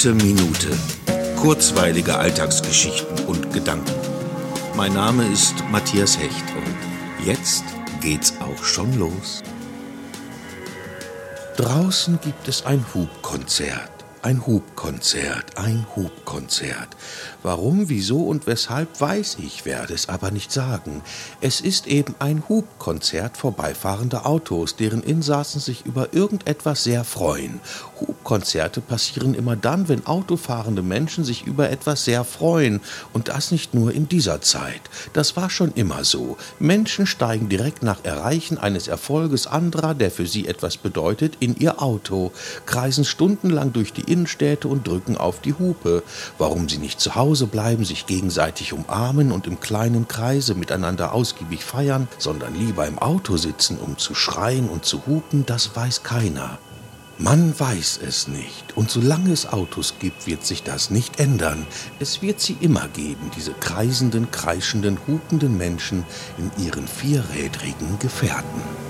Gute Minute. Kurzweilige Alltagsgeschichten und Gedanken. Mein Name ist Matthias Hecht und jetzt geht's auch schon los. Draußen gibt es ein Hubkonzert. Ein Hubkonzert, ein Hubkonzert. Warum, wieso und weshalb, weiß ich, werde es aber nicht sagen. Es ist eben ein Hubkonzert vorbeifahrender Autos, deren Insassen sich über irgendetwas sehr freuen. Hubkonzerte passieren immer dann, wenn autofahrende Menschen sich über etwas sehr freuen. Und das nicht nur in dieser Zeit. Das war schon immer so. Menschen steigen direkt nach Erreichen eines Erfolges anderer, der für sie etwas bedeutet, in ihr Auto, kreisen stundenlang durch die Innenstädte und drücken auf die Hupe. Warum sie nicht zu Hause bleiben, sich gegenseitig umarmen und im kleinen Kreise miteinander ausgiebig feiern, sondern lieber im Auto sitzen, um zu schreien und zu hupen, das weiß keiner. Man weiß es nicht. Und solange es Autos gibt, wird sich das nicht ändern. Es wird sie immer geben, diese kreisenden, kreischenden, hupenden Menschen in ihren vierrädrigen Gefährten.